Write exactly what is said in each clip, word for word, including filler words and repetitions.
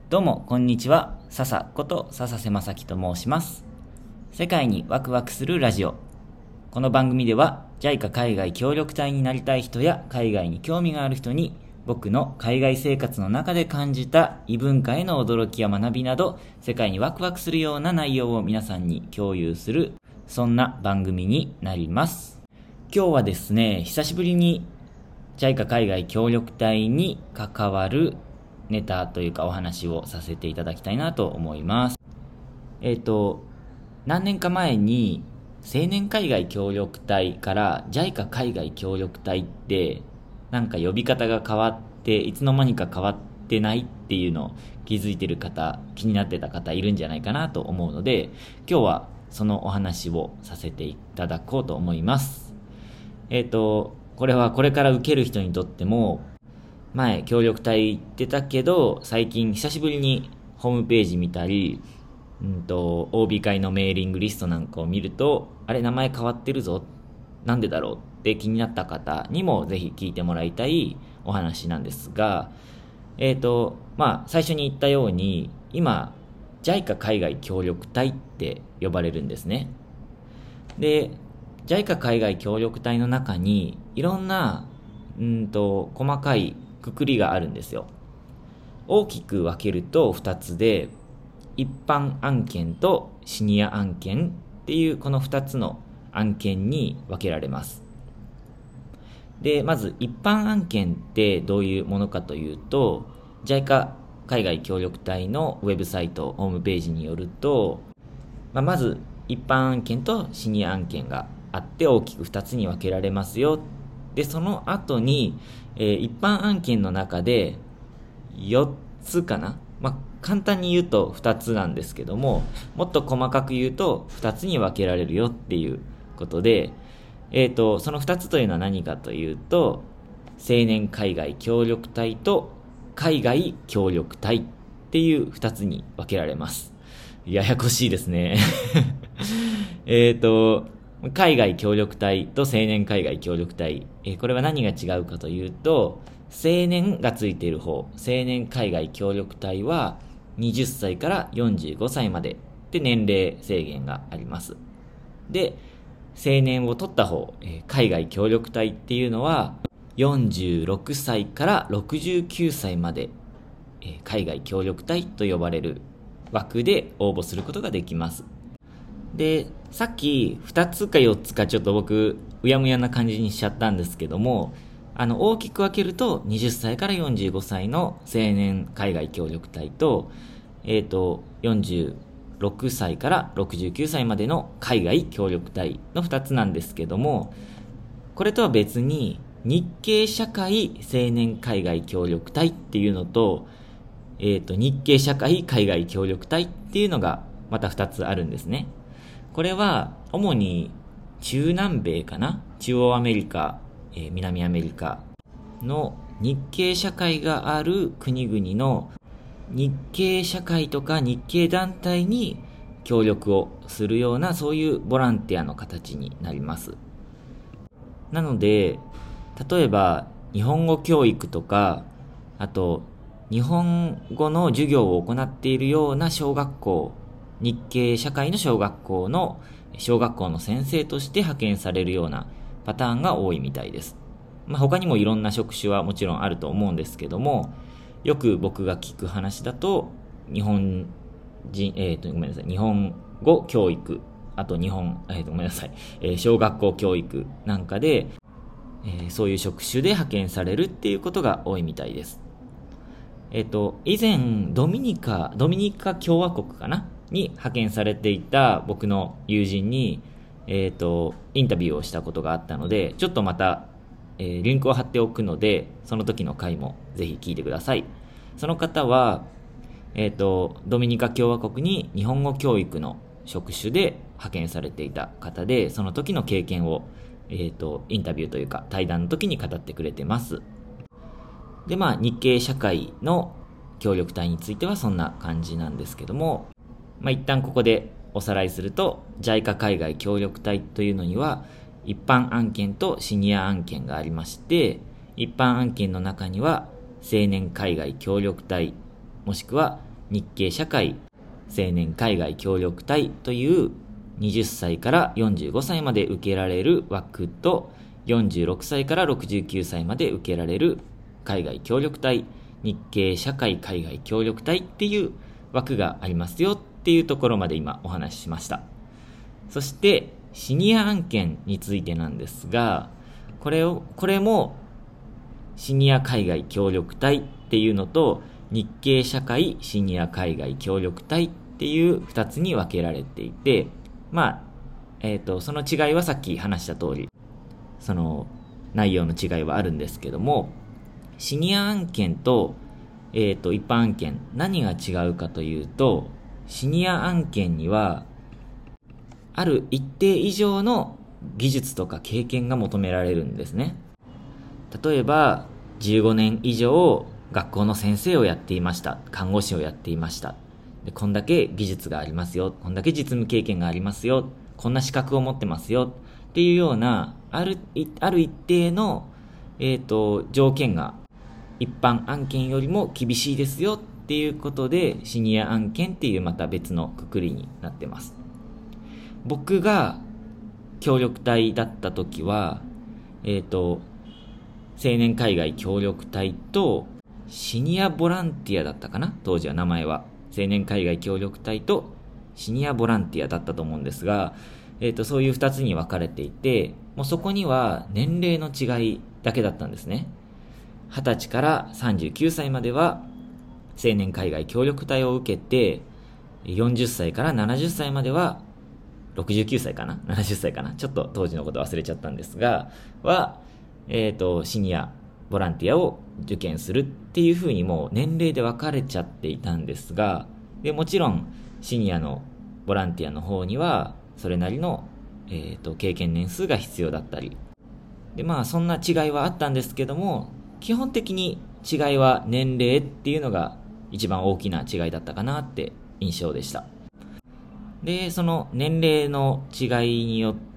どうもこんにちは、笹こと笹瀬正樹と申します。世界にワクワクするラジオ。この番組では ジャイカ 海外協力隊になりたい人や海外に興味がある人に、僕の海外生活の中で感じた異文化への驚きや学びなど、世界にワクワクするような内容を皆さんに共有する、そんな番組になります。今日はですね、久しぶりに ジャイカ 海外協力隊に関わるネタというかお話をさせていただきたいなと思います。えっと、何年か前に青年海外協力隊から ジャイカ 海外協力隊ってなんか呼び方が変わっていつの間にか変わってないっていうのを気づいてる方、気になってた方いるんじゃないかなと思うので、今日はそのお話をさせていただこうと思います。えっと、これはこれから受ける人にとっても、前協力隊行ってたけど最近久しぶりにホームページ見たり、うんと オービー 会のメーリングリストなんかを見ると、あれ名前変わってるぞ、なんでだろうって気になった方にもぜひ聞いてもらいたいお話なんですが、えっとまあ最初に言ったように今 ジャイカ 海外協力隊って呼ばれるんですね。で ジャイカ 海外協力隊の中にいろんなうんと細かいくくりがあるんですよ。大きく分けるとふたつで、一般案件とシニア案件っていうこのふたつの案件に分けられます。で、まず一般案件ってどういうものかというと、ジャイカ 海外協力隊のウェブサイト、ホームページによると、まあ、まず一般案件とシニア案件があって大きくふたつに分けられますよ。で、その後に、えー、一般案件の中でよっつかな、まあ、簡単に言うとふたつなんですけども、もっと細かく言うとふたつに分けられるよっていうことで、えーと、そのふたつというのは何かというと、青年海外協力隊と海外協力隊っていうふたつに分けられます。ややこしいですね。えっと、海外協力隊と青年海外協力隊、えー、これは何が違うかというと、青年がついている方、青年海外協力隊ははたちからよんじゅうごさいまでで年齢制限があります。で、青年を取った方、えー、海外協力隊っていうのはよんじゅうろくさいからろくじゅうきゅうさいまで、えー、海外協力隊と呼ばれる枠で応募することができます。で、さっきふたつかよっつかちょっと僕うやむやな感じにしちゃったんですけども、あの大きく分けるとはたちからよんじゅうごさいの青年海外協力隊と、えっとよんじゅうろくさいからろくじゅうきゅうさいまでの海外協力隊のふたつなんですけども、これとは別に日系社会青年海外協力隊っていうのと、えっと日系社会海外協力隊っていうのがまたふたつあるんですね。これは主に中南米かな、中央アメリカ、えー、南アメリカの日系社会がある国々の日系社会とか日系団体に協力をするような、そういうボランティアの形になります。なので、例えば日本語教育とか、あと日本語の授業を行っているような小学校、日系社会の小学校の小学校の先生として派遣されるようなパターンが多いみたいです。まあ、他にもいろんな職種はもちろんあると思うんですけども、よく僕が聞く話だと、日本人、えーと、ごめんなさい、日本語教育、あと日本、えーと、ごめんなさい、えー、小学校教育なんかで、えー、そういう職種で派遣されるっていうことが多いみたいです。えっと、以前、ドミニカ、ドミニカ共和国かなに派遣されていた僕の友人に、えっと、インタビューをしたことがあったので、ちょっとまた、えー、リンクを貼っておくので、その時の回もぜひ聞いてください。その方は、えっと、ドミニカ共和国に日本語教育の職種で派遣されていた方で、その時の経験を、えっと、インタビューというか対談の時に語ってくれてます。で、まあ、日系社会の協力隊についてはそんな感じなんですけども、まあ、一旦ここでおさらいすると、ジャイカ 海外協力隊というのには一般案件とシニア案件がありまして、一般案件の中には青年海外協力隊、もしくは日系社会青年海外協力隊というはたちからよんじゅうごさいまで受けられる枠と、よんじゅうろくさいからろくじゅうきゅうさいまで受けられる海外協力隊、日系社会海外協力隊っていう枠がありますよっていうところまで今お話ししました。そしてシニア案件についてなんですが、これをこれもシニア海外協力隊っていうのと日系社会シニア海外協力隊っていうふたつに分けられていて、まあ、えっと、その違いはさっき話した通り、その内容の違いはあるんですけども、シニア案件と、えっと、一般案件、何が違うかというと、シニア案件には、ある一定以上の技術とか経験が求められるんですね。例えば、じゅうごねん以上学校の先生をやっていました。看護師をやっていました。でこんだけ技術がありますよ。こんだけ実務経験がありますよ。こんな資格を持ってますよ。っていうような、ある、ある一定の、えっと、条件が一般案件よりも厳しいですよっていうことで、シニア案件っていうまた別のくくりになってます。僕が協力隊だった時は、えっと、青年海外協力隊とシニアボランティアだったかな、当時は名前は。青年海外協力隊とシニアボランティアだったと思うんですが、えっと、そういう二つに分かれていて、もうそこには年齢の違いだけだったんですね。はたちからさんじゅうきゅうさいまでは青年海外協力隊を受けて、よんじゅっさいからななじゅっさいまではろくじゅうきゅうさいかな ?ななじゅっさいかな、ちょっと当時のこと忘れちゃったんですが、は、えっと、シニアボランティアを受験するっていう風にもう年齢で分かれちゃっていたんですが、でもちろんシニアのボランティアの方にはそれなりの、えーと、経験年数が必要だったりで、まあそんな違いはあったんですけども、基本的に違いは年齢っていうのが一番大きな違いだったかなって印象でした。で、その年齢の違いによって、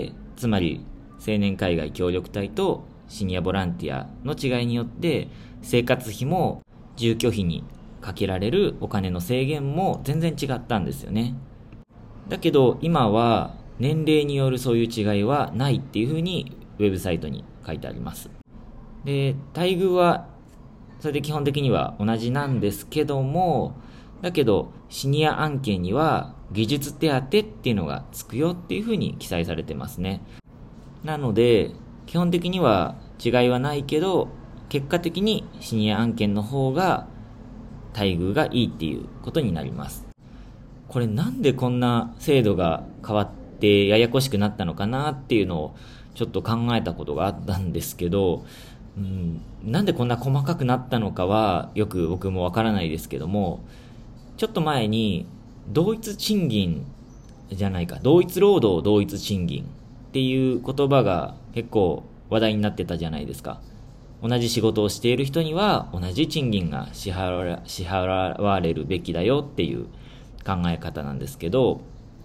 つまり青年海外協力隊とシニアボランティアの違いによって生活費も住居費にかけられるお金の制限も全然違ったんですよね。だけど今は年齢によるそういう違いはないっていうふうにウェブサイトに書いてあります。で、待遇はそれで基本的には同じなんですけども、だけどシニア案件には技術手当っていうのがつくよっていうふうに記載されてますね。なので基本的には違いはないけど、結果的にシニア案件の方が待遇がいいっていうことになります。これなんでこんな制度が変わってややこしくなったのかなっていうのをちょっと考えたことがあったんですけど、うん、なんでこんな細かくなったのかはよく僕もわからないですけども、ちょっと前に同一賃金じゃないか、同一労働同一賃金っていう言葉が結構話題になってたじゃないですか。同じ仕事をしている人には同じ賃金が支払、支払われるべきだよっていう考え方なんですけど、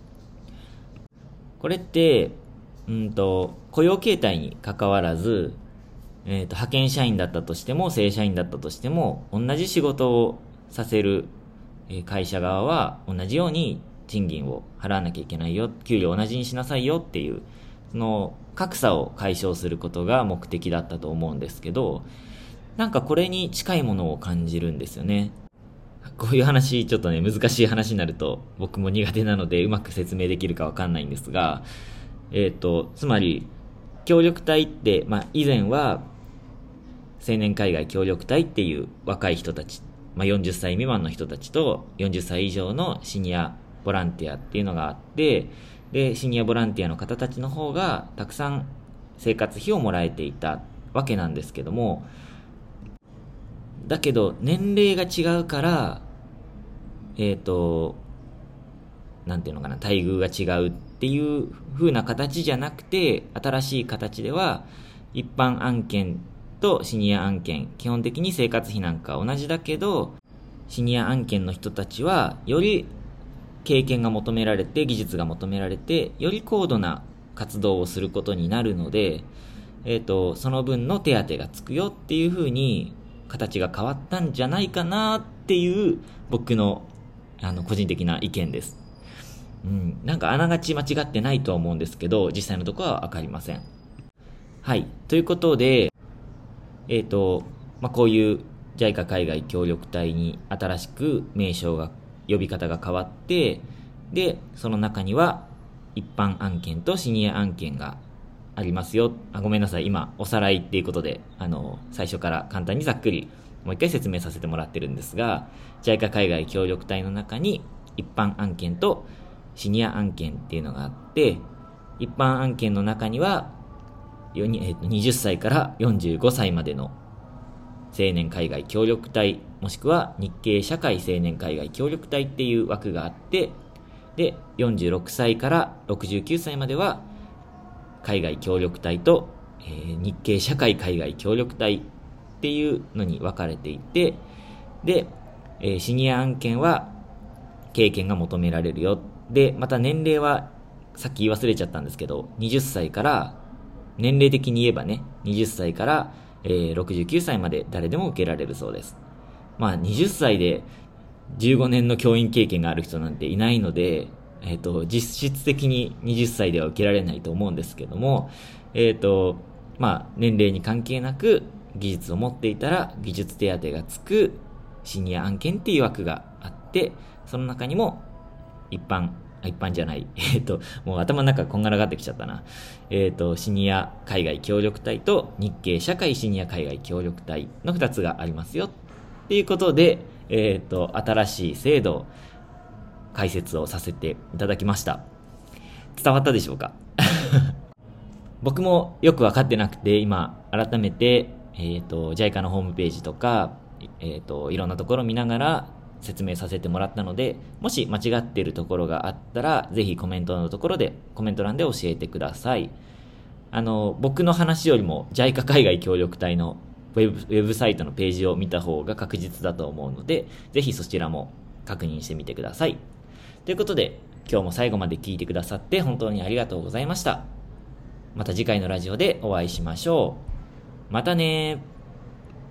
これってうんと雇用形態に関わらず、えーと、派遣社員だったとしても正社員だったとしても同じ仕事をさせる会社側は同じように賃金を払わなきゃいけないよ、給料を同じにしなさいよっていう、その格差を解消することが目的だったと思うんですけど、なんかこれに近いものを感じるんですよね。こういう話ちょっとね難しい話になると僕も苦手なのでうまく説明できるかわかんないんですが、えっとつまり協力隊って、まあ、以前は青年海外協力隊っていう若い人たち、まあ、よんじゅっさい未満の人たちとよんじゅっさい以上のシニアボランティアっていうのがあって、でシニアボランティアの方たちの方がたくさん生活費をもらえていたわけなんですけども、だけど年齢が違うからえっとなんていうのかな、待遇が違うっていう風な形じゃなくて、新しい形では一般案件とシニア案件、基本的に生活費なんか同じだけど、シニア案件の人たちはより経験が求められて、技術が求められて、より高度な活動をすることになるので、えっとその分の手当がつくよっていう風に形が変わったんじゃないかなっっていう僕のあの個人的な意見です。うん、なんかあながち間違ってないとは思うんですけど、実際のところは分かりません。はい、ということで、えっと、まあ、こういう ジャイカ 海外協力隊に新しく名称が、呼び方が変わって、で、その中には一般案件とシニア案件がありますよ。あ、ごめんなさい、今おさらいっていうことで、あの、最初から簡単にざっくりもう一回説明させてもらってるんですが、ジャイカ 海外協力隊の中に一般案件とシニア案件っていうのがあって、一般案件の中にはよにえーとはたちからよんじゅうごさいまでの青年海外協力隊、もしくは日系社会青年海外協力隊っていう枠があって、でよんじゅうろくさいからろくじゅうきゅうさいまでは海外協力隊と、えー、日系社会海外協力隊っていうのに分かれていて、で、えー、シニア案件は経験が求められるよ。で、また年齢はさっき言い忘れちゃったんですけど、はたちから、年齢的に言えばね、はたちから、えー、ろくじゅうきゅうさいまで誰でも受けられるそうです。まあはたちでじゅうごねんの教員経験がある人なんていないので、えっと、実質的にはたちでは受けられないと思うんですけども、えっと、まあ、年齢に関係なく技術を持っていたら技術手当がつくシニア案件っていう枠があって、その中にも一般、一般じゃない、えっと、もう頭の中こんがらがってきちゃったな。えっと、シニア海外協力隊と日系社会シニア海外協力隊のふたつがありますよ。っていうことで、えっと、新しい制度、解説をさせていただきました。伝わったでしょうか？僕もよく分かってなくて、今改めて、えっと、ジャイカ のホームページとか、えっと、いろんなところを見ながら説明させてもらったので、もし間違っているところがあったら、ぜひコメントのところで、コメント欄で教えてください。あの、僕の話よりも ジャイカ 海外協力隊のウェブ、ウェブサイトのページを見た方が確実だと思うので、ぜひそちらも確認してみてください。ということで、今日も最後まで聞いてくださって本当にありがとうございました。また次回のラジオでお会いしましょう。またねー。